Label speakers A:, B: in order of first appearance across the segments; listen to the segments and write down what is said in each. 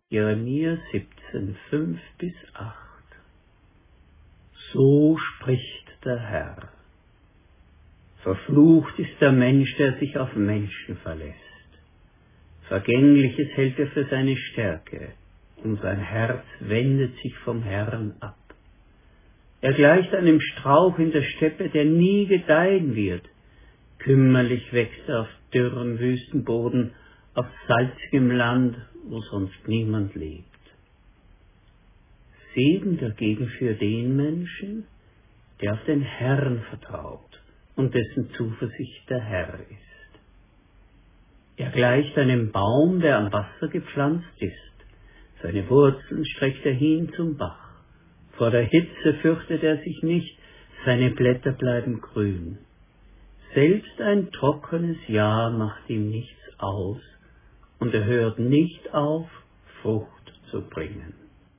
A: Jeremia 17, 5-8. So spricht der Herr. Verflucht ist der Mensch, der sich auf Menschen verlässt. Vergängliches hält er für seine Stärke, und sein Herz wendet sich vom Herrn ab. Er gleicht einem Strauch in der Steppe, der nie gedeihen wird. Kümmerlich wächst er auf dürrem Wüstenboden, auf salzigem Land, wo sonst niemand lebt. Segen dagegen für den Menschen, der auf den Herrn vertraut und dessen Zuversicht der Herr ist. Er gleicht einem Baum, der am Wasser gepflanzt ist. Seine Wurzeln streckt er hin zum Bach. Vor der Hitze fürchtet er sich nicht, seine Blätter bleiben grün. Selbst ein trockenes Jahr macht ihm nichts aus, und er hört nicht auf, Frucht zu bringen.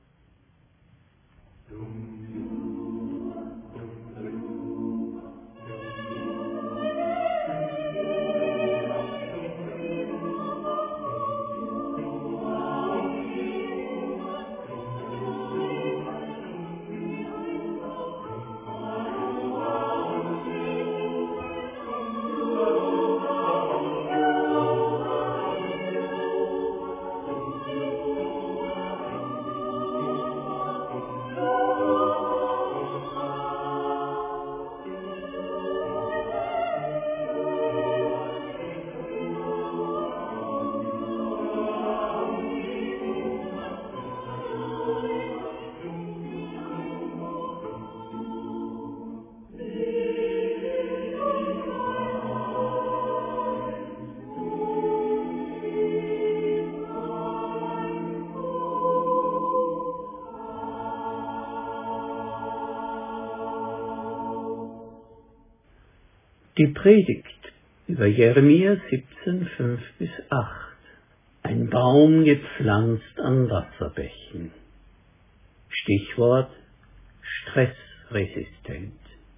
A: Die Predigt über Jeremia 17, 5-8. Ein Baum gepflanzt an Wasserbächen. Stichwort stressresistent.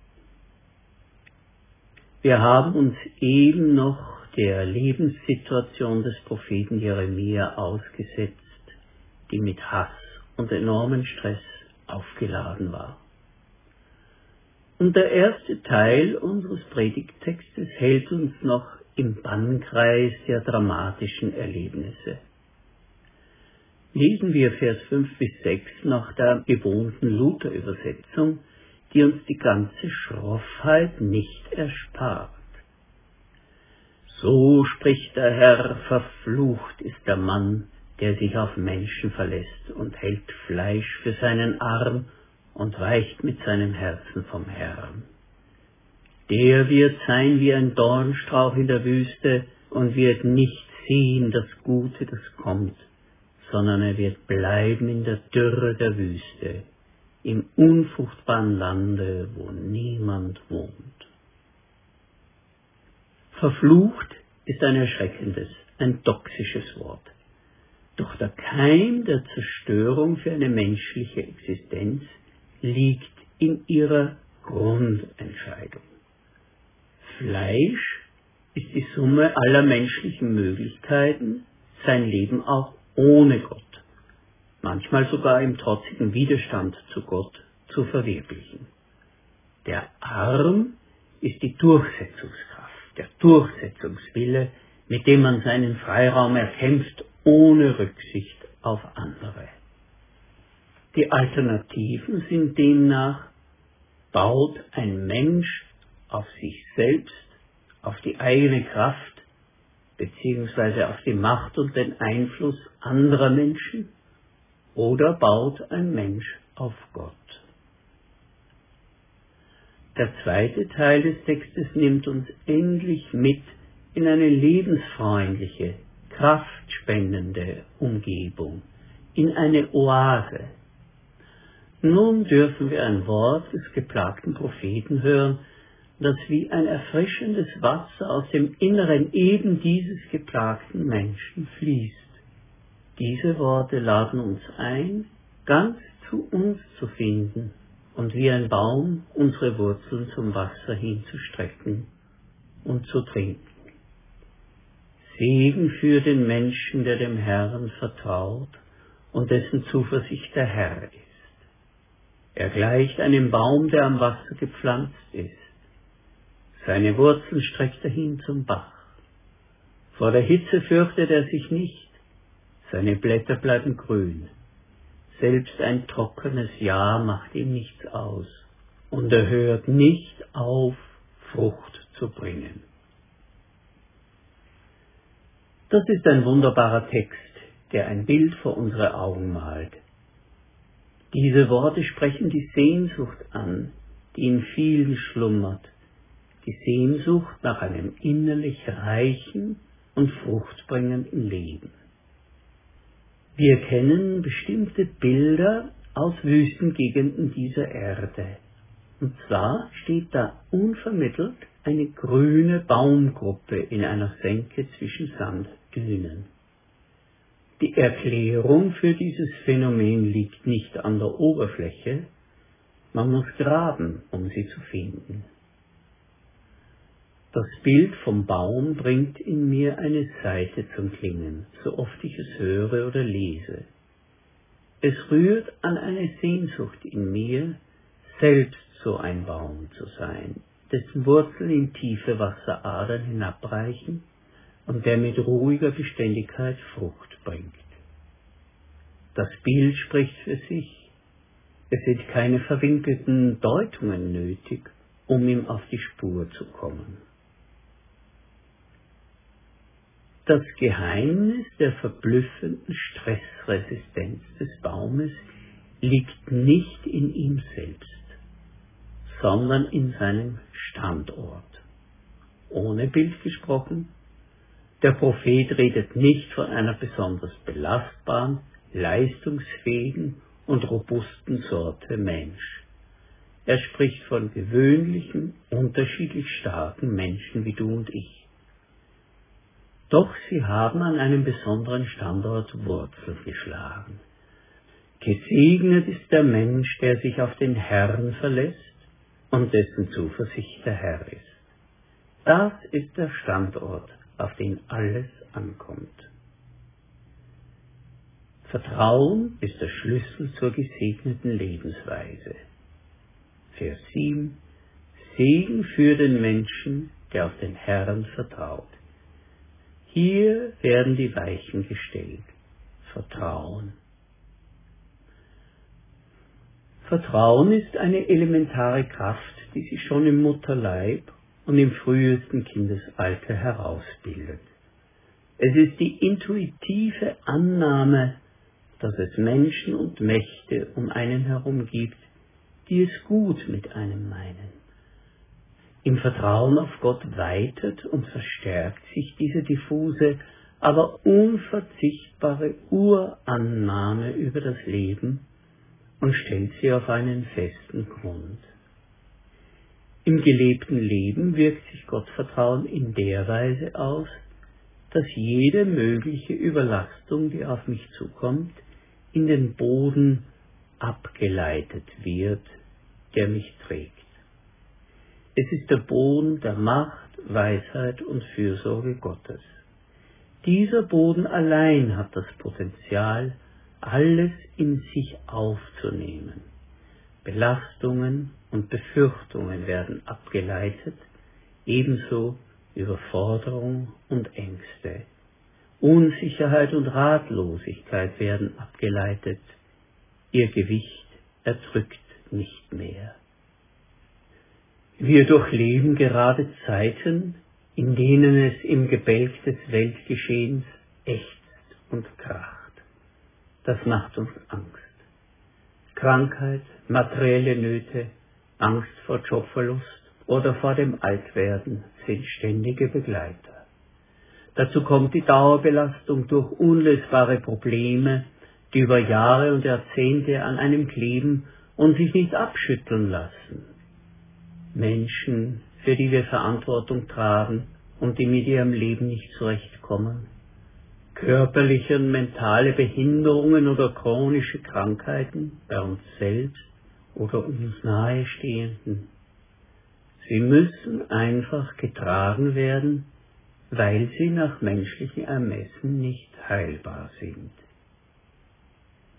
A: Wir haben uns eben noch der Lebenssituation des Propheten Jeremia ausgesetzt, die mit Hass und enormem Stress aufgeladen war. Und der erste Teil unseres Predigttextes hält uns noch im Bannkreis der dramatischen Erlebnisse. Lesen wir Vers 5-6 nach der gewohnten Luther-Übersetzung, die uns die ganze Schroffheit nicht erspart. So spricht der Herr, verflucht ist der Mann, der sich auf Menschen verlässt und hält Fleisch für seinen Arm und weicht mit seinem Herzen vom Herrn. Der wird sein wie ein Dornstrauch in der Wüste und wird nicht sehen das Gute, das kommt, sondern er wird bleiben in der Dürre der Wüste, im unfruchtbaren Lande, wo niemand wohnt. Verflucht ist ein erschreckendes, ein toxisches Wort. Doch der Keim der Zerstörung für eine menschliche Existenz liegt in ihrer Grundentscheidung. Fleisch ist die Summe aller menschlichen Möglichkeiten, sein Leben auch ohne Gott, manchmal sogar im trotzigen Widerstand zu Gott, zu verwirklichen. Der Arm ist die Durchsetzungskraft, der Durchsetzungswille, mit dem man seinen Freiraum erkämpft, ohne Rücksicht auf andere. Die Alternativen sind demnach: baut ein Mensch auf sich selbst, auf die eigene Kraft, beziehungsweise auf die Macht und den Einfluss anderer Menschen, oder baut ein Mensch auf Gott. Der zweite Teil des Textes nimmt uns endlich mit in eine lebensfreundliche, kraftspendende Umgebung, in eine Oase. Nun dürfen wir ein Wort des geplagten Propheten hören, das wie ein erfrischendes Wasser aus dem Inneren eben dieses geplagten Menschen fließt. Diese Worte laden uns ein, ganz zu uns zu finden und wie ein Baum unsere Wurzeln zum Wasser hinzustrecken und zu trinken. Segen für den Menschen, der dem Herrn vertraut und dessen Zuversicht der Herr ist. Er gleicht einem Baum, der am Wasser gepflanzt ist. Seine Wurzeln streckt er hin zum Bach. Vor der Hitze fürchtet er sich nicht, seine Blätter bleiben grün. Selbst ein trockenes Jahr macht ihm nichts aus, und er hört nicht auf, Frucht zu bringen. Das ist ein wunderbarer Text, der ein Bild vor unsere Augen malt. Diese Worte sprechen die Sehnsucht an, die in vielen schlummert, die Sehnsucht nach einem innerlich reichen und fruchtbringenden Leben. Wir kennen bestimmte Bilder aus Wüstengegenden dieser Erde. Und zwar steht da unvermittelt eine grüne Baumgruppe in einer Senke zwischen Sanddünen. Die Erklärung für dieses Phänomen liegt nicht an der Oberfläche, man muss graben, um sie zu finden. Das Bild vom Baum bringt in mir eine Saite zum Klingen, so oft ich es höre oder lese. Es rührt an eine Sehnsucht in mir, selbst so ein Baum zu sein, dessen Wurzeln in tiefe Wasseradern hinabreichen und der mit ruhiger Beständigkeit Frucht bringt. Das Bild spricht für sich. Es sind keine verwinkelten Deutungen nötig, um ihm auf die Spur zu kommen. Das Geheimnis der verblüffenden Stressresistenz des Baumes liegt nicht in ihm selbst, sondern in seinem Standort. Ohne Bild gesprochen, der Prophet redet nicht von einer besonders belastbaren, leistungsfähigen und robusten Sorte Mensch. Er spricht von gewöhnlichen, unterschiedlich starken Menschen wie du und ich. Doch sie haben an einem besonderen Standort Wurzeln geschlagen. Gesegnet ist der Mensch, der sich auf den Herrn verlässt und dessen Zuversicht der Herr ist. Das ist der Standort, auf den alles ankommt. Vertrauen ist der Schlüssel zur gesegneten Lebensweise. Vers 7. Segen für den Menschen, der auf den Herrn vertraut. Hier werden die Weichen gestellt. Vertrauen. Vertrauen ist eine elementare Kraft, die sich schon im Mutterleib und im frühesten Kindesalter herausbildet. Es ist die intuitive Annahme, dass es Menschen und Mächte um einen herum gibt, die es gut mit einem meinen. Im Vertrauen auf Gott weitet und verstärkt sich diese diffuse, aber unverzichtbare Urannahme über das Leben und stellt sie auf einen festen Grund. Im gelebten Leben wirkt sich Gottvertrauen in der Weise aus, dass jede mögliche Überlastung, die auf mich zukommt, in den Boden abgeleitet wird, der mich trägt. Es ist der Boden der Macht, Weisheit und Fürsorge Gottes. Dieser Boden allein hat das Potenzial, alles in sich aufzunehmen. Belastungen und Befürchtungen werden abgeleitet, ebenso Überforderung und Ängste. Unsicherheit und Ratlosigkeit werden abgeleitet, ihr Gewicht erdrückt nicht mehr. Wir durchleben gerade Zeiten, in denen es im Gebälk des Weltgeschehens ächzt und kracht. Das macht uns Angst. Krankheit, materielle Nöte, Angst vor Jobverlust oder vor dem Altwerden sind ständige Begleiter. Dazu kommt die Dauerbelastung durch unlösbare Probleme, die über Jahre und Jahrzehnte an einem kleben und sich nicht abschütteln lassen. Menschen, für die wir Verantwortung tragen und die mit ihrem Leben nicht zurechtkommen, körperliche und mentale Behinderungen oder chronische Krankheiten bei uns selbst oder uns Nahestehenden. Sie müssen einfach getragen werden, weil sie nach menschlichem Ermessen nicht heilbar sind.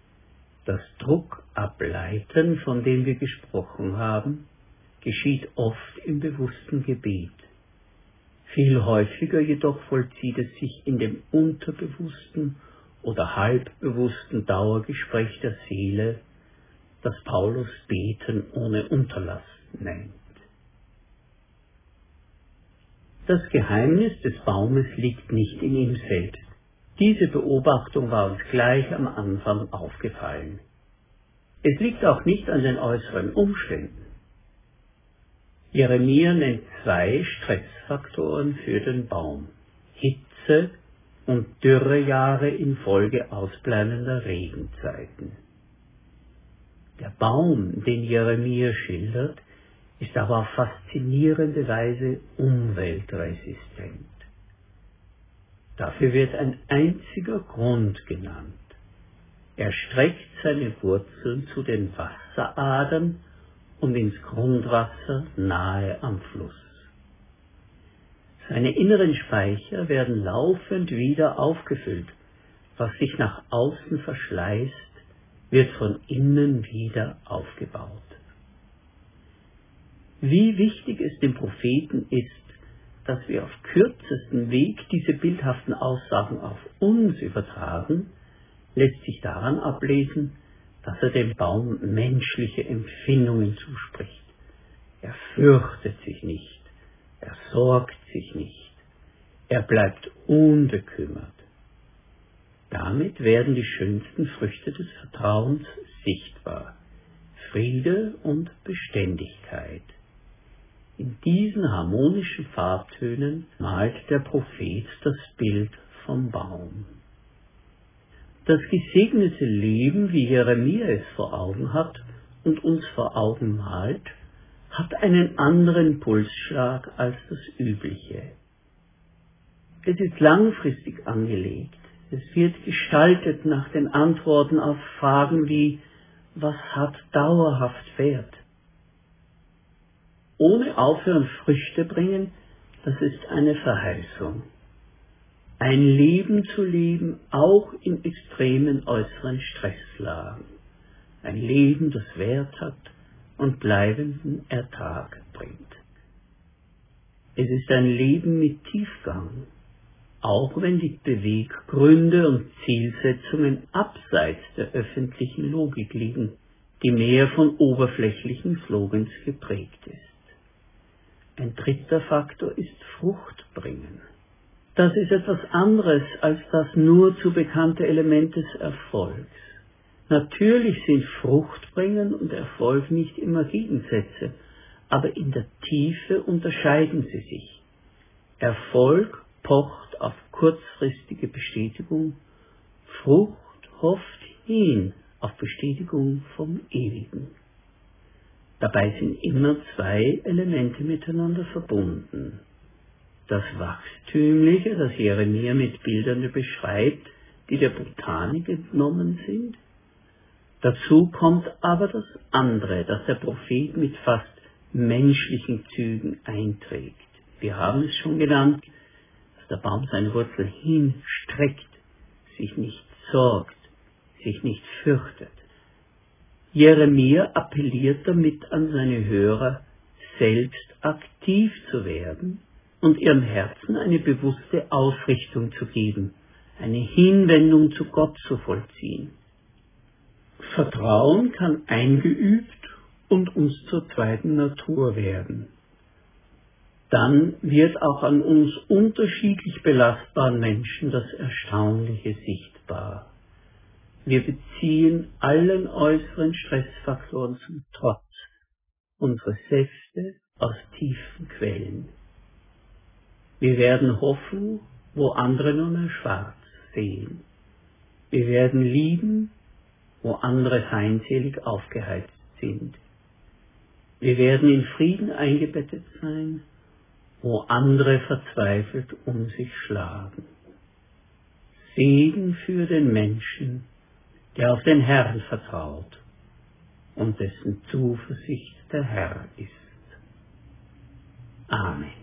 A: Das Druckableiten, von dem wir gesprochen haben, geschieht oft im bewussten Gebet. Viel häufiger jedoch vollzieht es sich in dem unterbewussten oder halbbewussten Dauergespräch der Seele, das Paulus Beten ohne Unterlass nennt. Das Geheimnis des Baumes liegt nicht in ihm selbst. Diese Beobachtung war uns gleich am Anfang aufgefallen. Es liegt auch nicht an den äußeren Umständen. Jeremia nennt 2 Stressfaktoren für den Baum: Hitze und Dürrejahre infolge ausbleibender Regenzeiten. Der Baum, den Jeremia schildert, ist aber auf faszinierende Weise umweltresistent. Dafür wird ein einziger Grund genannt. Er streckt seine Wurzeln zu den Wasseradern und ins Grundwasser nahe am Fluss. Seine inneren Speicher werden laufend wieder aufgefüllt. Was sich nach außen verschleißt, wird von innen wieder aufgebaut. Wie wichtig es dem Propheten ist, dass wir auf kürzestem Weg diese bildhaften Aussagen auf uns übertragen, lässt sich daran ablesen, dass er dem Baum menschliche Empfindungen zuspricht. Er fürchtet sich nicht, er sorgt sich nicht, er bleibt unbekümmert. Damit werden die schönsten Früchte des Vertrauens sichtbar: Friede und Beständigkeit. In diesen harmonischen Farbtönen malt der Prophet das Bild vom Baum. Das gesegnete Leben, wie Jeremia es vor Augen hat und uns vor Augen malt, hat einen anderen Pulsschlag als das übliche. Es ist langfristig angelegt. Es wird gestaltet nach den Antworten auf Fragen wie: Was hat dauerhaft Wert? Ohne Aufhören Früchte bringen, das ist eine Verheißung. Ein Leben zu leben, auch in extremen äußeren Stresslagen. Ein Leben, das Wert hat und bleibenden Ertrag bringt. Es ist ein Leben mit Tiefgang, auch wenn die Beweggründe und Zielsetzungen abseits der öffentlichen Logik liegen, die mehr von oberflächlichen Slogans geprägt ist. Ein dritter Faktor ist Frucht bringen. Das ist etwas anderes als das nur zu bekannte Element des Erfolgs. Natürlich sind Fruchtbringen und Erfolg nicht immer Gegensätze, aber in der Tiefe unterscheiden sie sich. Erfolg pocht auf kurzfristige Bestätigung, Frucht hofft hin auf Bestätigung vom Ewigen. Dabei sind immer 2 Elemente miteinander verbunden. Das Wachstümliche, das Jeremia mit Bildern beschreibt, die der Botanik entnommen sind. Dazu kommt aber das andere, das der Prophet mit fast menschlichen Zügen einträgt. Wir haben es schon genannt, dass der Baum seine Wurzel hinstreckt, sich nicht sorgt, sich nicht fürchtet. Jeremia appelliert damit an seine Hörer, selbst aktiv zu werden und ihrem Herzen eine bewusste Ausrichtung zu geben, eine Hinwendung zu Gott zu vollziehen. Vertrauen kann eingeübt und uns zur zweiten Natur werden. Dann wird auch an uns unterschiedlich belastbaren Menschen das Erstaunliche sichtbar. Wir beziehen allen äußeren Stressfaktoren zum Trotz unsere Säfte aus tiefen Quellen. Wir werden hoffen, wo andere nur mehr schwarz sehen. Wir werden lieben, wo andere feindselig aufgeheizt sind. Wir werden in Frieden eingebettet sein, wo andere verzweifelt um sich schlagen. Segen für den Menschen, der auf den Herrn vertraut und dessen Zuversicht der Herr ist. Amen.